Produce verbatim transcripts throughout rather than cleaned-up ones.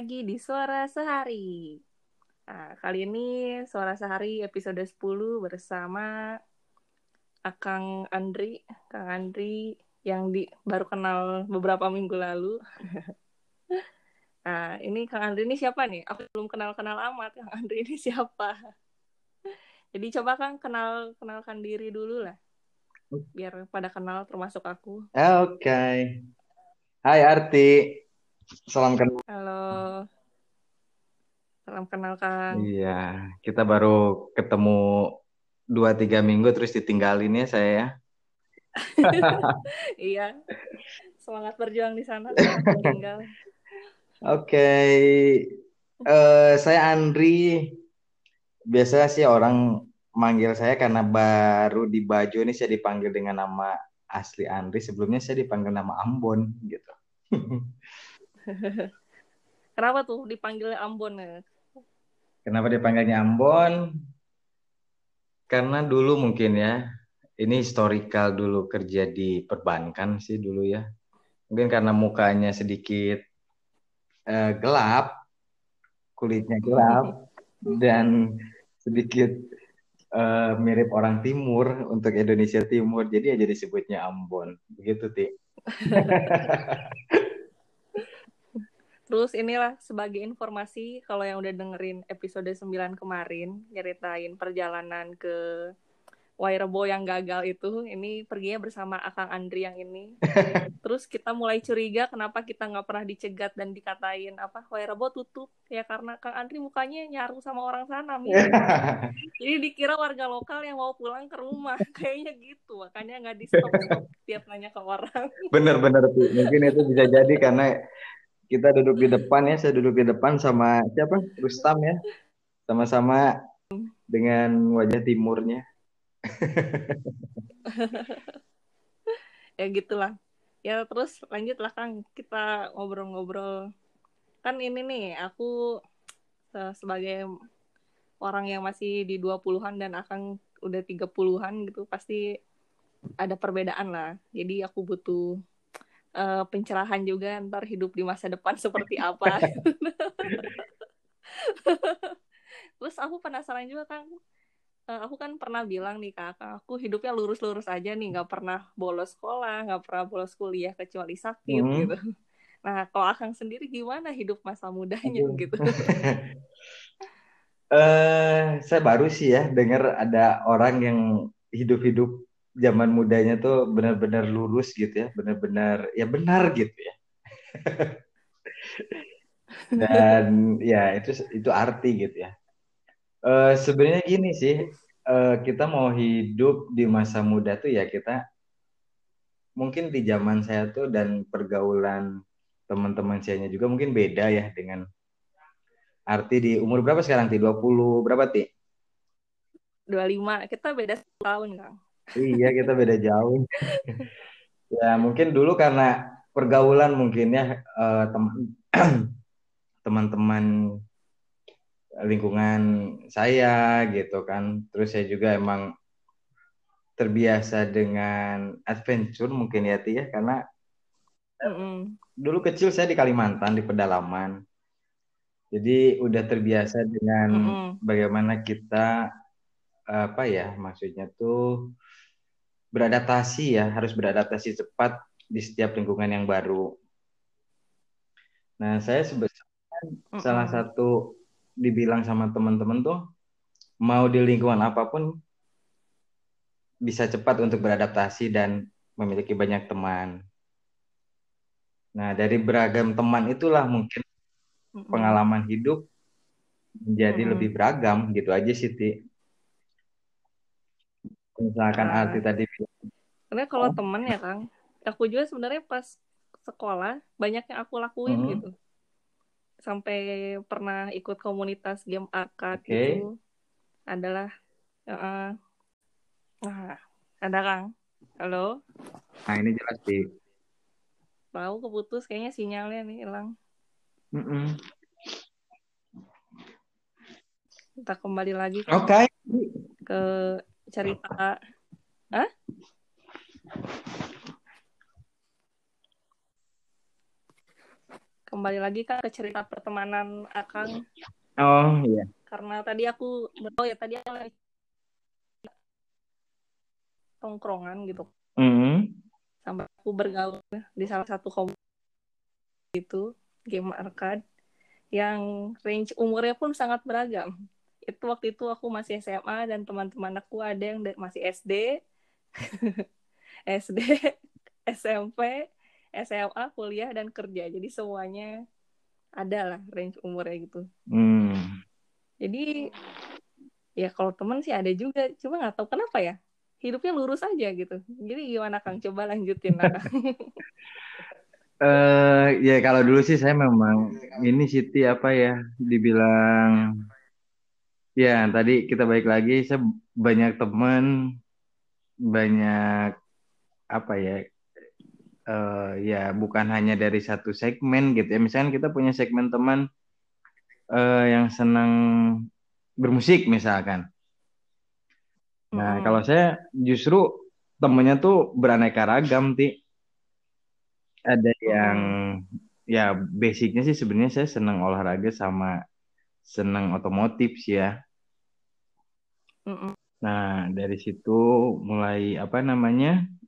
lagi di Suara Sehari. Nah, kali ini Suara Sehari episode sepuluh bersama Akang Andri, Kang Andri yang di, baru kenal beberapa minggu lalu. Nah, ini Kang Andri ini siapa nih? Aku belum kenal-kenal amat. Kang Andri ini siapa? Jadi coba Kang kenal kenalkan diri dulu lah, biar pada kenal termasuk aku. Oke. Hai Arti, salam kenal. Halo, salam kenal Kang. Iya, kita baru ketemu dua tiga minggu terus ditinggalin ya saya ya. Iya, semangat berjuang di sana sempat ditinggal. Oke, Eh, saya Andri. Biasa sih orang manggil saya karena baru di Bajo ini saya dipanggil dengan nama asli Andri. Sebelumnya saya dipanggil nama Ambon gitu. Kenapa tuh dipanggil Ambon ya? Kenapa dipanggilnya Ambon? Karena dulu mungkin ya, ini historical dulu kerja di perbankan sih dulu ya. Mungkin karena mukanya sedikit eh, gelap, kulitnya gelap, dan sedikit eh, mirip orang timur untuk Indonesia Timur. Jadi ya jadi sebutnya Ambon. Begitu, Ti. Terus inilah sebagai informasi kalau yang udah dengerin episode sembilan kemarin nyeritain perjalanan ke Wairebo yang gagal itu, ini perginya bersama Akang Andri yang ini. Terus kita mulai curiga kenapa kita nggak pernah dicegat dan dikatain apa Wairebo tutup ya karena Kang Andri mukanya nyaru sama orang sana mirip. Jadi dikira warga lokal yang mau pulang ke rumah kayaknya gitu makanya nggak di stop stop tiap nanya ke orang. Bener-bener, Ti. Mungkin itu bisa jadi karena kita duduk di depan ya, saya duduk di depan sama siapa? Rustam ya. Sama-sama dengan wajah timurnya. Ya gitulah. Ya terus lanjutlah Kang kita ngobrol-ngobrol. Kan ini nih aku sebagai orang yang masih di dua puluhan dan akan udah tiga puluhan gitu pasti ada perbedaan lah. Jadi aku butuh uh, pencerahan juga ntar hidup di masa depan seperti apa. Terus aku penasaran juga Kang. Uh, aku kan pernah bilang nih kakak, aku hidupnya lurus-lurus aja nih, nggak pernah bolos sekolah, nggak pernah bolos kuliah kecuali sakit gitu. Hmm. Nah, kalau Akang sendiri gimana hidup masa mudanya Aduh. gitu? Eh, saya baru sih ya dengar ada orang yang hidup-hidup zaman mudanya tuh benar-benar lurus gitu ya, benar-benar ya benar gitu ya. Dan ya itu itu arti gitu ya. Eh, sebenarnya gini sih, eh, kita mau hidup di masa muda tuh ya kita mungkin di zaman saya tuh dan pergaulan teman-teman saya juga mungkin beda ya dengan arti di umur berapa sekarang Ti? Dua puluh berapa Ti? Dua puluh lima kita beda setahun Kang. Iya, kita beda jauh. Ya, mungkin dulu karena pergaulan mungkin ya eh, teman teman-teman lingkungan saya gitu kan. Terus saya juga emang terbiasa dengan adventure mungkin ya Tia karena Mm-mm. dulu kecil saya di Kalimantan di pedalaman. Jadi udah terbiasa dengan Mm-mm. bagaimana kita apa ya maksudnya tuh beradaptasi ya, harus beradaptasi cepat di setiap lingkungan yang baru. Nah, saya sebesar salah Mm-mm. satu dibilang sama teman-teman tuh mau di lingkungan apapun bisa cepat untuk beradaptasi dan memiliki banyak teman. Nah, dari beragam teman itulah mungkin Mm-mm. pengalaman hidup menjadi lebih Mm-mm. beragam gitu aja sih, Ti. Misalkan arti Uh, tadi karena kalau temen ya Kang, aku juga sebenarnya pas sekolah banyak yang aku lakuin mm, gitu. Sampai pernah ikut komunitas game arkad oke. gitu. Adalah, uh, nah, ada Kang. Halo, Nah, ini jelas sih. tahu keputus kayaknya sinyalnya nih hilang. Mm-mm. Kita kembali lagi Kang Oke. ke cerita. Hah? kembali lagi kan ke cerita pertemanan Akang. Oh iya. Karena tadi aku, oh ya tadi aku lagi tongkrongan gitu. Mm-hmm. Sampai aku bergaul di salah satu komunitas itu, game arcade, yang range umurnya pun sangat beragam. Itu waktu itu aku masih S M A dan teman-teman aku ada yang masih S D, S D, S M P, S M A, kuliah, dan kerja. Jadi semuanya ada lah range umurnya gitu. Hmm. Jadi ya kalau temen sih ada juga, cuma nggak tahu kenapa ya hidupnya lurus aja gitu. Jadi gimana Kang? Coba lanjutin lah Kang. Eh ya kalau dulu sih saya memang ini Siti apa ya dibilang ya tadi kita balik lagi saya banyak teman banyak apa ya eh ya bukan hanya dari satu segmen gitu ya misalnya kita punya segmen teman eh, yang senang bermusik misalkan. Nah kalau Mm-mm. saya justru temennya tuh beraneka ragam ti ada yang Mm-mm. ya basicnya sih sebenarnya saya senang olahraga sama senang otomotif sih ya. Mm-mm. Nah, dari situ mulai apa namanya?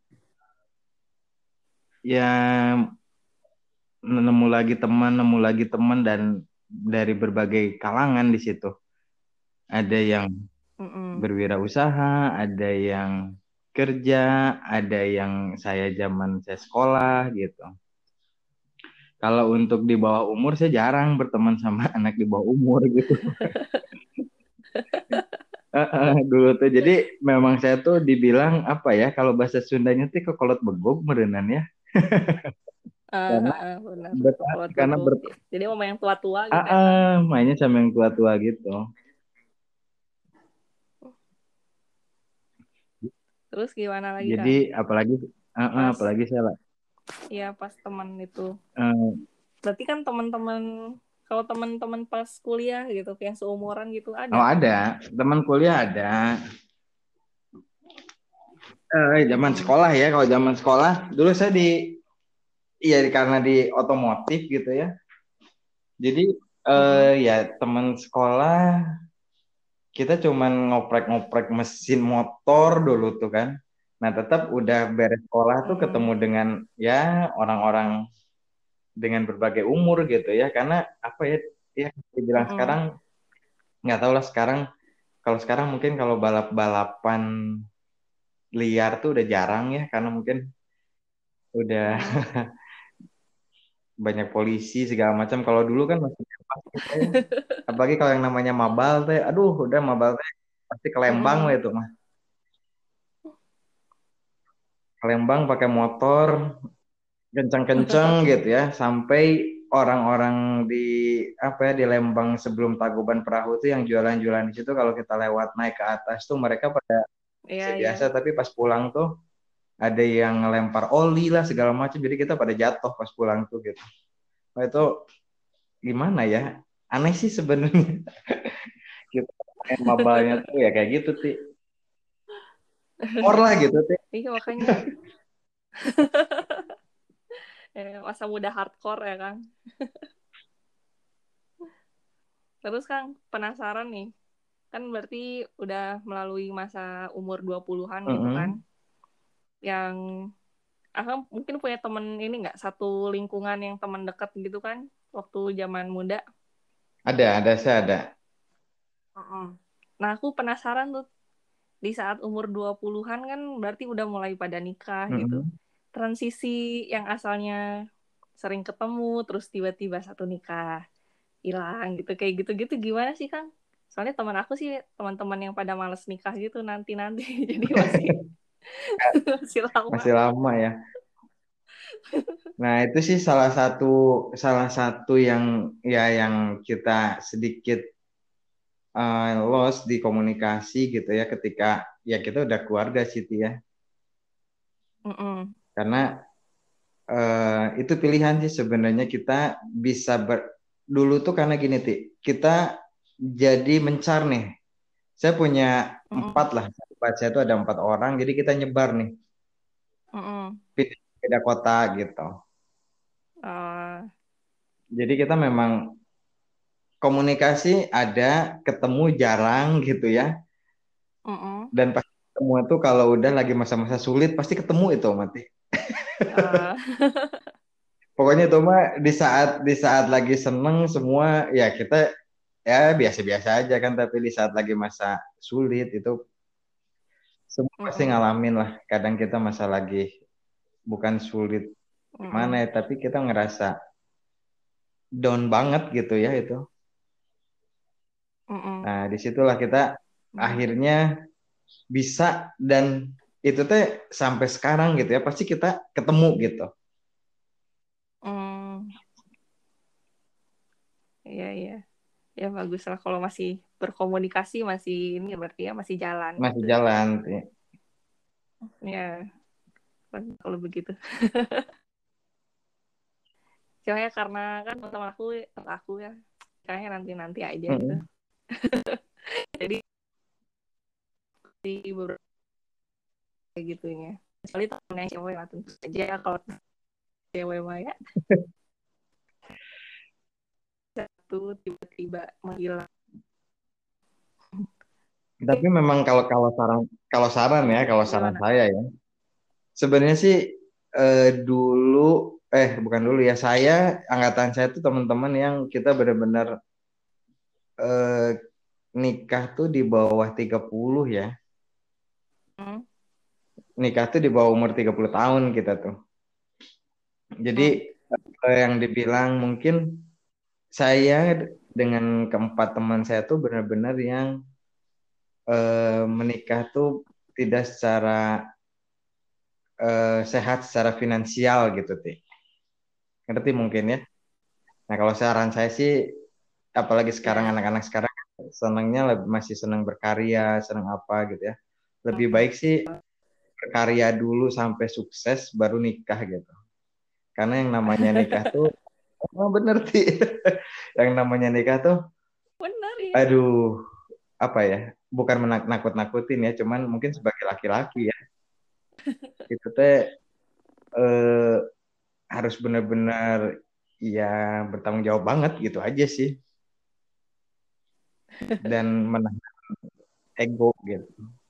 Ya nemu lagi teman, nemu lagi teman dan dari berbagai kalangan di situ. Ada yang Mm-mm. berwirausaha, ada yang kerja, ada yang saya zaman saya sekolah gitu. Kalau untuk di bawah umur saya jarang berteman sama anak di bawah umur gitu. Heeh, dulu tuh jadi memang saya tuh dibilang apa ya kalau bahasa Sundanya tuh kekolot begog merenang ya. Ah, Karena ah, ah, benar. ber, Kalau karena gugup. ber, Jadi mau yang tua-tua ah, gitu ya Kang. ah, mainnya sama yang tua-tua gitu. Terus gimana lagi Jadi Kang? apalagi ah, ah, Pas apalagi saya lah. ya pas teman itu. eh, Berarti kan teman-teman, kalau teman-teman pas kuliah gitu yang seumuran gitu ada. oh ada teman kuliah ada. Eh, zaman Mm-mm. sekolah ya kalau zaman sekolah dulu saya di iya karena di otomotif gitu ya. Jadi eh, Mm-mm. ya teman sekolah kita cuman ngoprek-ngoprek mesin motor dulu tuh kan. Nah tetap udah beres sekolah tuh ketemu Mm-mm. dengan ya orang-orang dengan berbagai umur gitu ya karena apa ya ya dibilang Mm-mm. sekarang nggak tahu lah sekarang kalau sekarang mungkin kalau balap-balapan liar tuh udah jarang ya karena mungkin udah Mm-mm. banyak polisi segala macam kalau dulu kan masih bebas gitu ya apalagi kalau yang namanya mabal teh aduh udah mabal teh pasti ke Lembang lah Mm-mm. itu mah ke Lembang pakai motor kenceng-kenceng gitu ya sampai orang-orang di apa ya di Lembang sebelum Tagumban Perahu tuh yang jualan-jualan di situ kalau kita lewat naik ke atas tuh mereka pada Iya, masih iya. biasa tapi pas pulang tuh ada yang ngelempar oli lah segala macam jadi kita pada jatuh pas pulang tuh gitu. Nah, itu gimana ya? Aneh sih sebenarnya kita main mobilenya tuh ya kayak gitu ti. Or lah gitu ti. Iya makanya eh, masa muda hardcore ya Kang. Terus Kang, penasaran nih. Kan berarti udah melalui masa umur dua puluhan-an gitu kan. Mm-mm. Yang Akang mungkin punya temen ini nggak? Satu lingkungan yang teman dekat gitu kan. Waktu zaman muda. Ada, ada saya ada. Mm-mm. Nah aku penasaran tuh. Di saat umur dua puluhan-an kan berarti udah mulai pada nikah gitu. Mm-mm. Transisi yang asalnya sering ketemu, terus tiba-tiba satu nikah. Hilang gitu kayak gitu-gitu gimana sih Kang? Soalnya teman aku sih teman-teman yang pada males nikah gitu nanti-nanti jadi masih masih lama. Masih lama ya. Nah, itu sih salah satu salah satu yang ya yang kita sedikit uh, lost di komunikasi gitu ya ketika ya kita udah keluarga sih Ti, ya. Mm-mm. Karena uh, itu pilihan sih sebenarnya kita bisa ber dulu tuh karena gini Ti, kita jadi mencar nih. Saya punya Mm-mm. empat lah, sahabat saya tuh ada empat orang, jadi kita nyebar nih, Mm-mm. pindah, pindah kota gitu. Uh, Jadi kita memang komunikasi ada, ketemu jarang gitu ya. Mm-mm. Dan pas ketemu itu kalau udah lagi masa-masa sulit pasti ketemu itu mati. Ah, Pokoknya itu mah di saat di saat lagi seneng semua ya kita ya biasa-biasa aja kan, tapi di saat lagi masa sulit itu semua pasti mm-mm. ngalamin lah. Kadang kita masa lagi bukan sulit gimana Mm-mm. ya, tapi kita ngerasa down banget gitu ya itu. Mm-mm. Nah, disitulah kita Mm. akhirnya bisa, dan itu teh sampai sekarang gitu ya pasti kita ketemu gitu. Mm. Iya, iya. Ya bagus lah kalau masih berkomunikasi, masih ini berarti ya masih jalan Masih gitu. jalan. Ya, kalau begitu. Cuma ya karena kan teman aku, aku ya, kayaknya nanti-nanti aja gitu. Mm-mm. Jadi di beberapa kayak gitunya. Kecuali temen yang cewek lah tentu saja kalau cewek mah ya satu tiba-tiba menghilang. Tapi memang kalau kalau saran kalau saran ya, kalau saran Gimana? saya ya, sebenarnya sih eh, dulu eh bukan dulu ya, saya angkatan saya tuh teman-teman yang kita benar-benar eh, nikah tuh di bawah tiga puluh ya. Hmm? Nikah tuh di bawah umur tiga puluh tahun kita tuh. Jadi Hmm? eh, yang dibilang mungkin saya dengan keempat teman saya tuh benar-benar yang eh, menikah tuh tidak secara eh, sehat secara finansial gitu, Ti. Ngerti mungkin ya. Nah, kalau saran saya sih, apalagi sekarang Ya. anak-anak sekarang senangnya lebih, masih senang berkarya, senang apa gitu ya. Lebih Hmm. baik sih berkarya dulu sampai sukses baru nikah gitu. Karena yang namanya nikah tuh, oh bener sih. Yang namanya nikah tuh, Benar ya. aduh, apa ya? Bukan menakut-nakutin ya, cuman mungkin sebagai laki-laki ya, itu teh eh, harus benar-benar ya bertanggung jawab banget gitu aja sih, dan menahan ego gitu.